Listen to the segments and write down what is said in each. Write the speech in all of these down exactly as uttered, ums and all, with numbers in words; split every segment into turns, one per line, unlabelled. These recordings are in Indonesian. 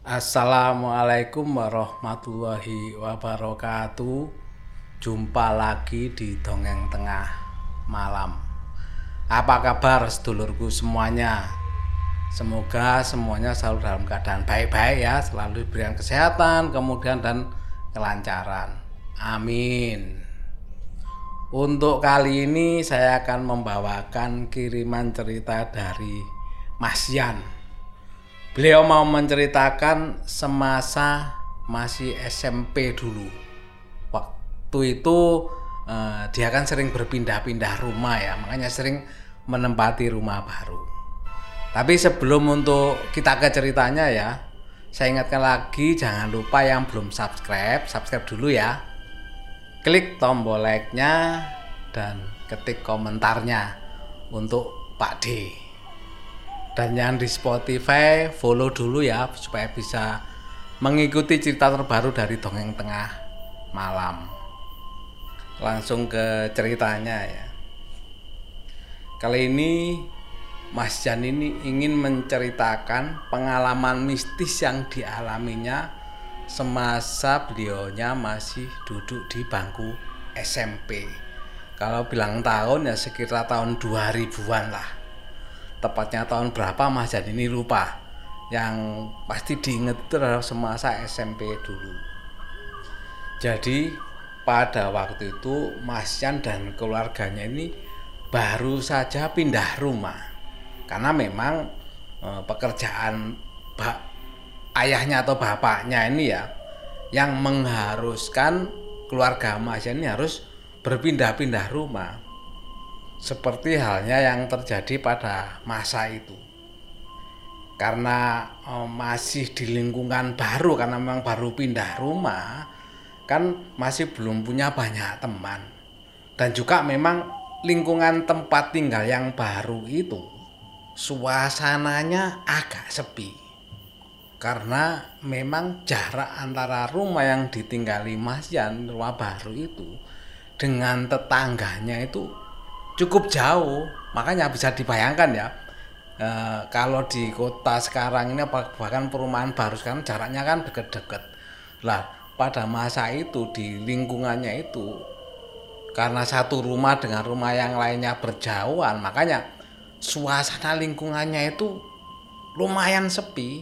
Assalamualaikum warahmatullahi wabarakatuh. Jumpa lagi di Dongeng Tengah Malam. Apa kabar sedulurku semuanya? Semoga semuanya selalu dalam keadaan baik-baik ya, selalu diberikan kesehatan, kemudian dan kelancaran. Amin. Untuk kali ini saya akan membawakan kiriman cerita dari Mas Yan. Beliau mau menceritakan semasa masih S M P dulu. Waktu itu eh, dia kan sering berpindah-pindah rumah ya, makanya sering menempati rumah baru. Tapi sebelum untuk kita ke ceritanya ya, saya ingatkan lagi jangan lupa yang belum subscribe, subscribe dulu ya. Klik tombol like-nya dan ketik komentarnya untuk Pak D. Dan yang di Spotify follow dulu ya supaya bisa mengikuti cerita terbaru dari Dongeng Tengah Malam. Langsung ke ceritanya ya. Kali ini Mas Jan ini ingin menceritakan pengalaman mistis yang dialaminya semasa beliaunya masih duduk di bangku S M P. Kalau bilang tahun ya sekitar tahun dua ribuan lah. Tepatnya tahun berapa Mas Jan ini lupa. Yang pasti diingat itu adalah semasa S M P dulu. Jadi pada waktu itu Mas Jan dan keluarganya ini baru saja pindah rumah. Karena memang e, pekerjaan bak, ayahnya atau bapaknya ini ya yang mengharuskan keluarga Mas Jan ini harus berpindah-pindah rumah. Seperti halnya yang terjadi pada masa itu. Karena oh, masih di lingkungan baru, karena memang baru pindah rumah, kan masih belum punya banyak teman. Dan juga memang lingkungan tempat tinggal yang baru itu, suasananya agak sepi. Karena memang jarak antara rumah yang ditinggali Mas Yan, rumah baru itu, dengan tetangganya itu cukup jauh. Makanya bisa dibayangkan ya e, kalau di kota sekarang ini bahkan perumahan baru sekarang jaraknya kan deket-deket lah. Pada masa itu di lingkungannya itu karena satu rumah dengan rumah yang lainnya berjauhan, makanya suasana lingkungannya itu lumayan sepi.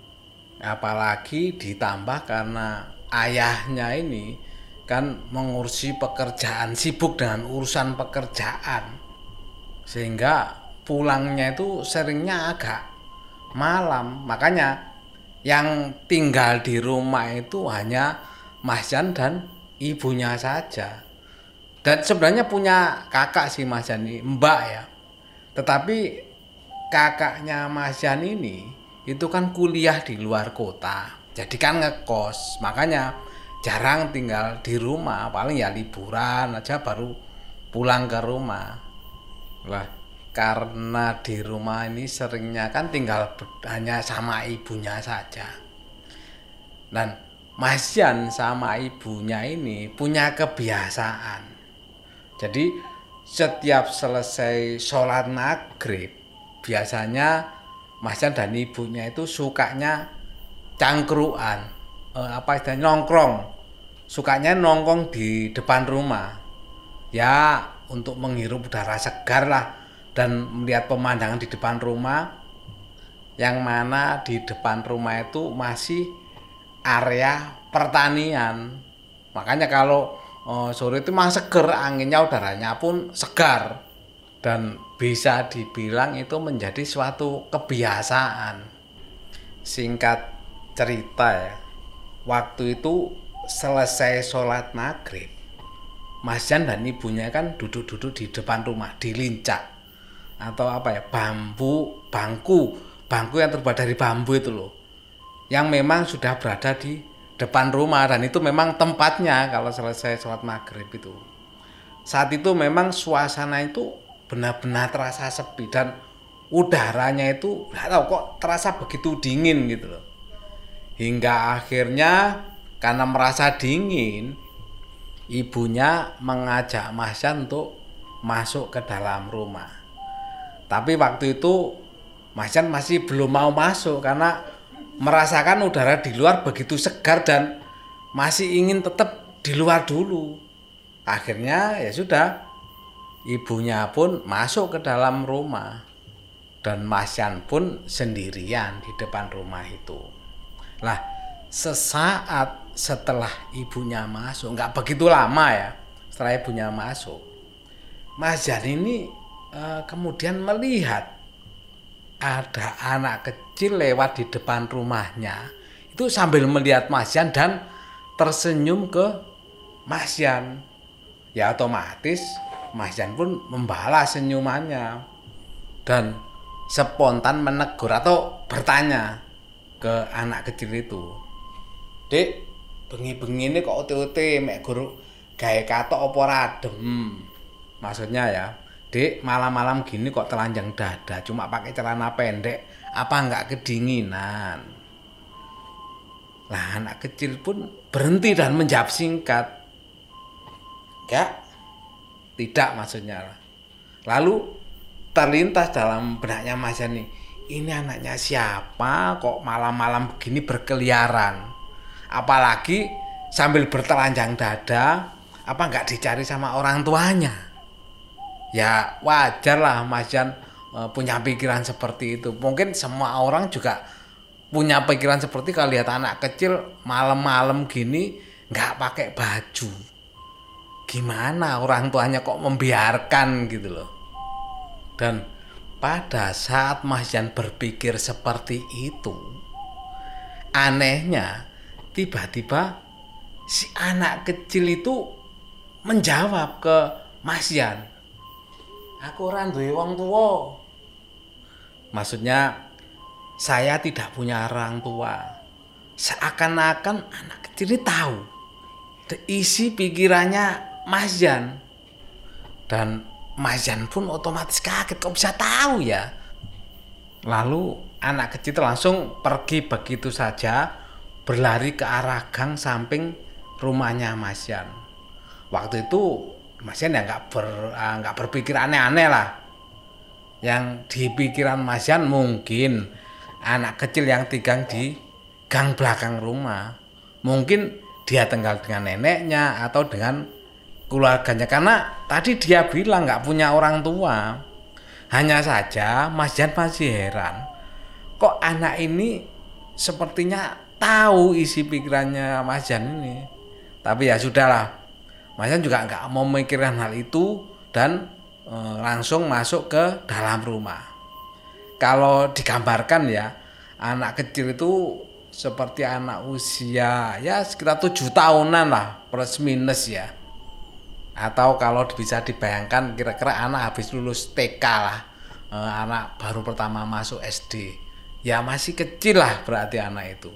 Apalagi ditambah karena ayahnya ini kan mengurusi pekerjaan, sibuk dengan urusan pekerjaan, sehingga pulangnya itu seringnya agak malam. Makanya yang tinggal di rumah itu hanya Mas Jan dan ibunya saja. Dan sebenarnya punya kakak sih Mas Jan ini, mbak ya. Tetapi kakaknya Mas Jan ini itu kan kuliah di luar kota, jadi kan ngekos. Makanya jarang tinggal di rumah, paling ya liburan aja baru pulang ke rumah. Wah, karena di rumah ini seringnya kan tinggal hanya sama ibunya saja. Dan Mas Jan sama ibunya ini punya kebiasaan. Jadi setiap selesai sholat maghrib, biasanya Mas Jan dan ibunya itu sukanya cangkruan. Eh, apa istilahnya nongkrong, sukanya nongkrong di depan rumah ya untuk menghirup udara segar lah dan melihat pemandangan di depan rumah, yang mana di depan rumah itu masih area pertanian. Makanya kalau oh, sore itu masih seger, anginnya, udaranya pun segar, dan bisa dibilang itu menjadi suatu kebiasaan. Singkat cerita ya, waktu itu selesai sholat maghrib, Mas Jan dan ibunya kan duduk-duduk di depan rumah di lincak atau apa ya, bambu, bangku, bangku yang terbuat dari bambu itu loh, yang memang sudah berada di depan rumah. Dan itu memang tempatnya kalau selesai sholat maghrib itu. Saat itu memang suasana itu benar-benar terasa sepi dan udaranya itu nggak tahu kok terasa begitu dingin gitu loh. Hingga akhirnya karena merasa dingin, ibunya mengajak Mas Jan untuk masuk ke dalam rumah. Tapi waktu itu Mas Jan masih belum mau masuk karena merasakan udara di luar begitu segar dan masih ingin tetap di luar dulu. Akhirnya ya sudah, ibunya pun masuk ke dalam rumah dan Mas Yan pun sendirian di depan rumah itu. Lah, sesaat setelah ibunya masuk, nggak begitu lama ya, setelah ibunya masuk, Mas Yan ini eh, kemudian melihat ada anak kecil lewat di depan rumahnya, itu sambil melihat Mas Yan dan tersenyum ke Mas Yan. Ya otomatis Mas Yan pun membalas senyumannya dan spontan menegur atau bertanya ke anak kecil itu, "Dek, bengi-bengi ini kok ote-ote mek guru gawe katok apa radem?" Maksudnya ya, "Dek, malam-malam gini kok telanjang dada, cuma pakai celana pendek, apa enggak kedinginan?" Lah anak kecil pun berhenti dan menjawab singkat, "Enggak, tidak," maksudnya. Lalu terlintas dalam benaknya Mas Yan nih, ini anaknya siapa kok malam-malam begini berkeliaran? Apalagi sambil bertelanjang dada, apa enggak dicari sama orang tuanya? Ya wajar lah Mas Yan e, punya pikiran seperti itu. Mungkin semua orang juga punya pikiran seperti kalau lihat anak kecil malam-malam gini nggak pakai baju. Gimana orang tuanya kok membiarkan gitu loh. Dan pada saat Mas Yan berpikir seperti itu, anehnya tiba-tiba si anak kecil itu menjawab ke Mas Yan, "Aku ora duwe wong tuwa." Maksudnya, saya tidak punya orang tua. Seakan-akan anak kecil ini tahu isi pikirannya Mas Yan. Dan Mas Yan pun otomatis kaget, kok bisa tahu ya. Lalu anak kecil itu langsung pergi begitu saja, berlari ke arah gang samping rumahnya Mas Yan. Waktu itu Mas Yan ya nggak ber, nggak berpikir aneh-aneh lah. Yang di pikiran Mas Yan mungkin anak kecil yang tinggal di gang belakang rumah. Mungkin dia tinggal dengan neneknya atau dengan keluarganya. Karena tadi dia bilang nggak punya orang tua. Hanya saja Mas Yan masih heran. Kok anak ini sepertinya tahu isi pikirannya Mas Yan ini. Tapi ya sudahlah. Mas Yan juga nggak mau memikirkan hal itu dan e, langsung masuk ke dalam rumah. Kalau digambarkan ya, anak kecil itu seperti anak usia ya sekitar tujuh tahunan lah plus minus ya. Atau kalau bisa dibayangkan kira-kira anak habis lulus T K lah, e, anak baru pertama masuk S D. Ya masih kecil lah berarti anak itu.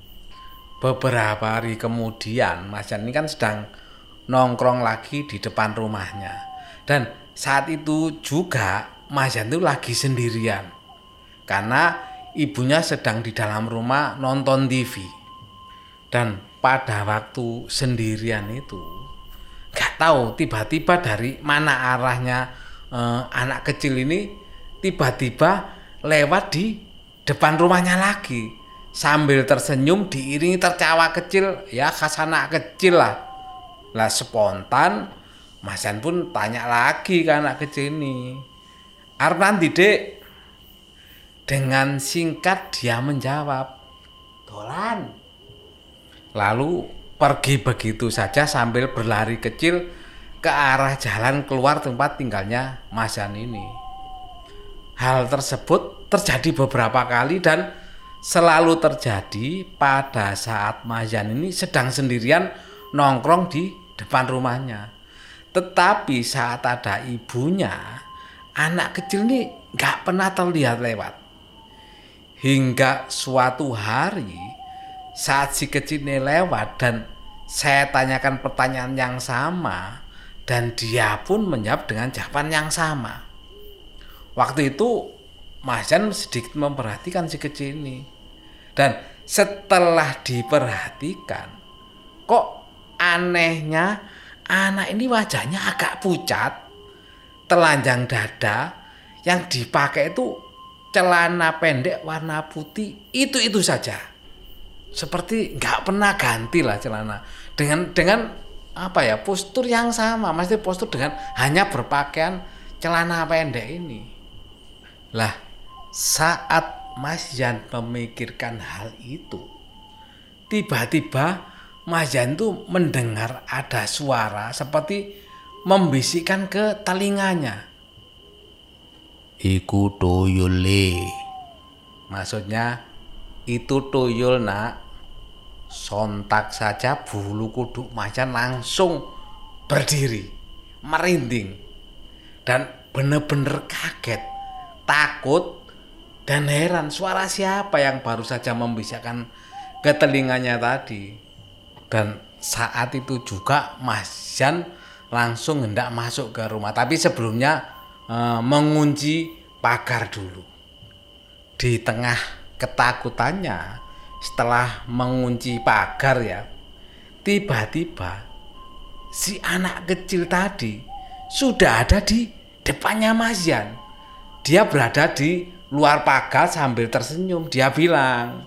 Beberapa hari kemudian Mas Yan ini kan sedang nongkrong lagi di depan rumahnya. Dan saat itu juga Mas Yan itu lagi sendirian. Karena ibunya sedang di dalam rumah nonton T V. Dan pada waktu sendirian itu gak tahu tiba-tiba dari mana arahnya eh, anak kecil ini tiba-tiba lewat di depan rumahnya lagi sambil tersenyum diiringi tertawa kecil ya khas anak kecil lah. Lah spontan Mas Yan pun tanya lagi ke anak kecil ini, "Arep nanti, Dek?" Dengan singkat dia menjawab, "Dolan." Lalu pergi begitu saja sambil berlari kecil ke arah jalan keluar tempat tinggalnya Mas Yan ini. Hal tersebut terjadi beberapa kali dan selalu terjadi pada saat Mas Yan ini sedang sendirian nongkrong di depan rumahnya. Tetapi saat ada ibunya, anak kecil ini gak pernah terlihat lewat. Hingga suatu hari saat si kecil ini lewat dan saya tanyakan pertanyaan yang sama dan dia pun menjawab dengan jawaban yang sama. Waktu itu Mas Yan sedikit memperhatikan si kecil ini. Dan setelah diperhatikan, kok anehnya anak ini wajahnya agak pucat, telanjang dada, yang dipakai itu celana pendek warna putih, itu-itu saja. seperti nggak pernah ganti lah celana dengan dengan apa ya, postur yang sama, maksudnya postur dengan hanya berpakaian celana pendek ini. Lah saat Mas Yan memikirkan hal itu, tiba-tiba Mas Yan tuh mendengar ada suara seperti membisikkan ke telinganya. Iku tuyul le. Maksudnya itu tuyul nak. Sontak saja bulu kuduk Mas Yan langsung berdiri, merinding, dan benar-benar kaget, takut, dan heran suara siapa yang baru saja membisikkan ke telinganya tadi. Dan saat itu juga Mas Yan langsung hendak masuk ke rumah, tapi sebelumnya e, mengunci pagar dulu. Di tengah ketakutannya, setelah mengunci pagar ya, tiba-tiba si anak kecil tadi sudah ada di depannya Mas Yan. Dia berada di luar pagar sambil tersenyum. Dia bilang,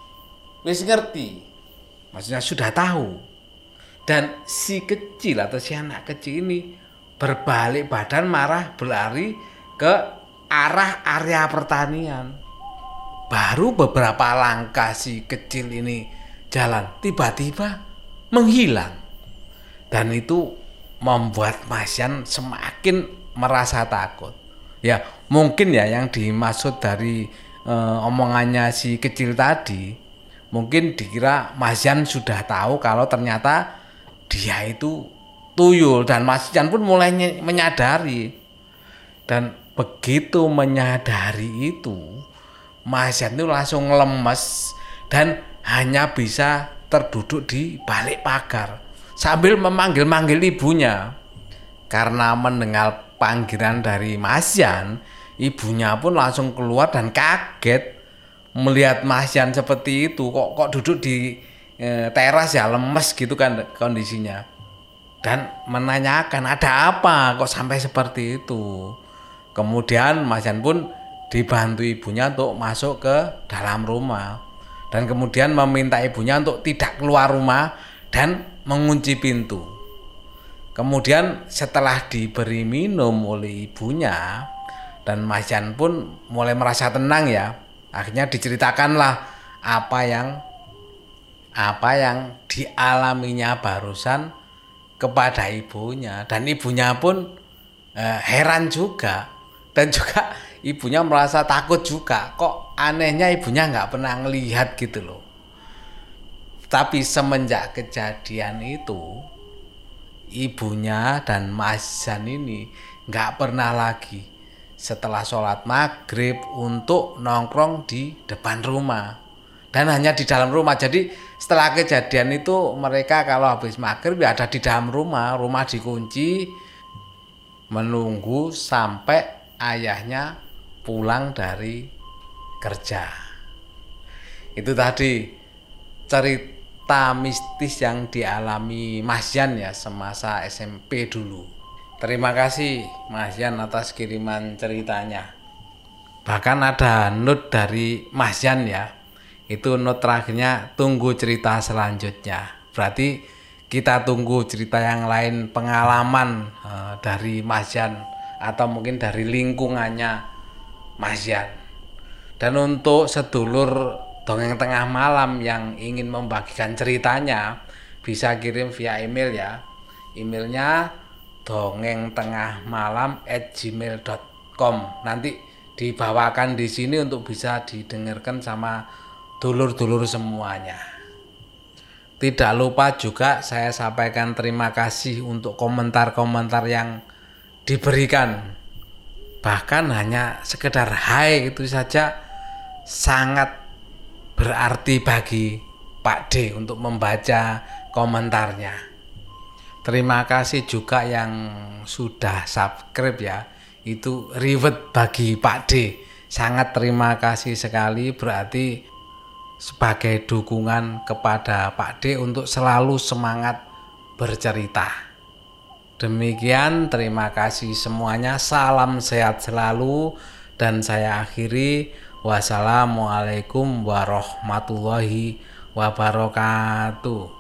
wis ngerti, maksudnya sudah tahu. Dan si kecil atau si anak kecil ini berbalik badan marah berlari ke arah area pertanian. Baru beberapa langkah si kecil ini jalan, tiba-tiba menghilang. Dan itu membuat Mas Yan semakin merasa takut. Ya mungkin ya yang dimaksud dari e, omongannya si kecil tadi, mungkin dikira Mas Yan sudah tahu kalau ternyata dia itu tuyul. Dan Mas Yan pun mulai menyadari. Dan begitu menyadari itu, Mas Yan itu langsung lemes dan hanya bisa terduduk di balik pagar sambil memanggil-manggil ibunya. Karena mendengar panggilan dari Mas Yan, ibunya pun langsung keluar dan kaget melihat Mas Yan seperti itu. Kok kok duduk di e, teras ya, lemes gitu kan kondisinya. Dan menanyakan ada apa kok sampai seperti itu. Kemudian Mas Yan pun dibantu ibunya untuk masuk ke dalam rumah, dan kemudian meminta ibunya untuk tidak keluar rumah dan mengunci pintu. Kemudian setelah diberi minum oleh ibunya dan Mas Yan pun mulai merasa tenang ya, akhirnya diceritakanlah apa yang apa yang dialaminya barusan kepada ibunya. Dan ibunya pun eh, heran juga, dan juga ibunya merasa takut juga. Kok anehnya ibunya nggak pernah ngelihat gitu loh. Tapi semenjak kejadian itu, ibunya dan Mas Yan ini nggak pernah lagi setelah sholat maghrib untuk nongkrong di depan rumah, dan hanya di dalam rumah. Jadi setelah kejadian itu mereka kalau habis maghrib ya ada di dalam rumah, rumah dikunci, menunggu sampai ayahnya pulang dari kerja. Itu tadi cerita mistis yang dialami Mas Yan ya semasa S M P dulu. Terima kasih Mas Yan atas kiriman ceritanya. Bahkan ada note dari Mas Yan ya. Itu note terakhirnya, tunggu cerita selanjutnya. Berarti kita tunggu cerita yang lain, pengalaman uh, dari Mas Yan atau mungkin dari lingkungannya Mas Yan. Dan untuk sedulur Dongeng Tengah Malam yang ingin membagikan ceritanya, bisa kirim via email ya. Emailnya dongengtengahmalam at gmail dot com. Nanti dibawakan di sini untuk bisa didengarkan sama dulur-dulur semuanya. Tidak lupa juga saya sampaikan terima kasih untuk komentar-komentar yang diberikan. Bahkan hanya sekedar hai itu saja sangat berarti bagi Pak D untuk membaca komentarnya. Terima kasih juga yang sudah subscribe ya. Itu reward bagi Pak D. Sangat terima kasih sekali, berarti sebagai dukungan kepada Pak D untuk selalu semangat bercerita. Demikian, terima kasih semuanya. Salam sehat selalu, dan saya akhiri. Wassalamualaikum warahmatullahi wabarakatuh.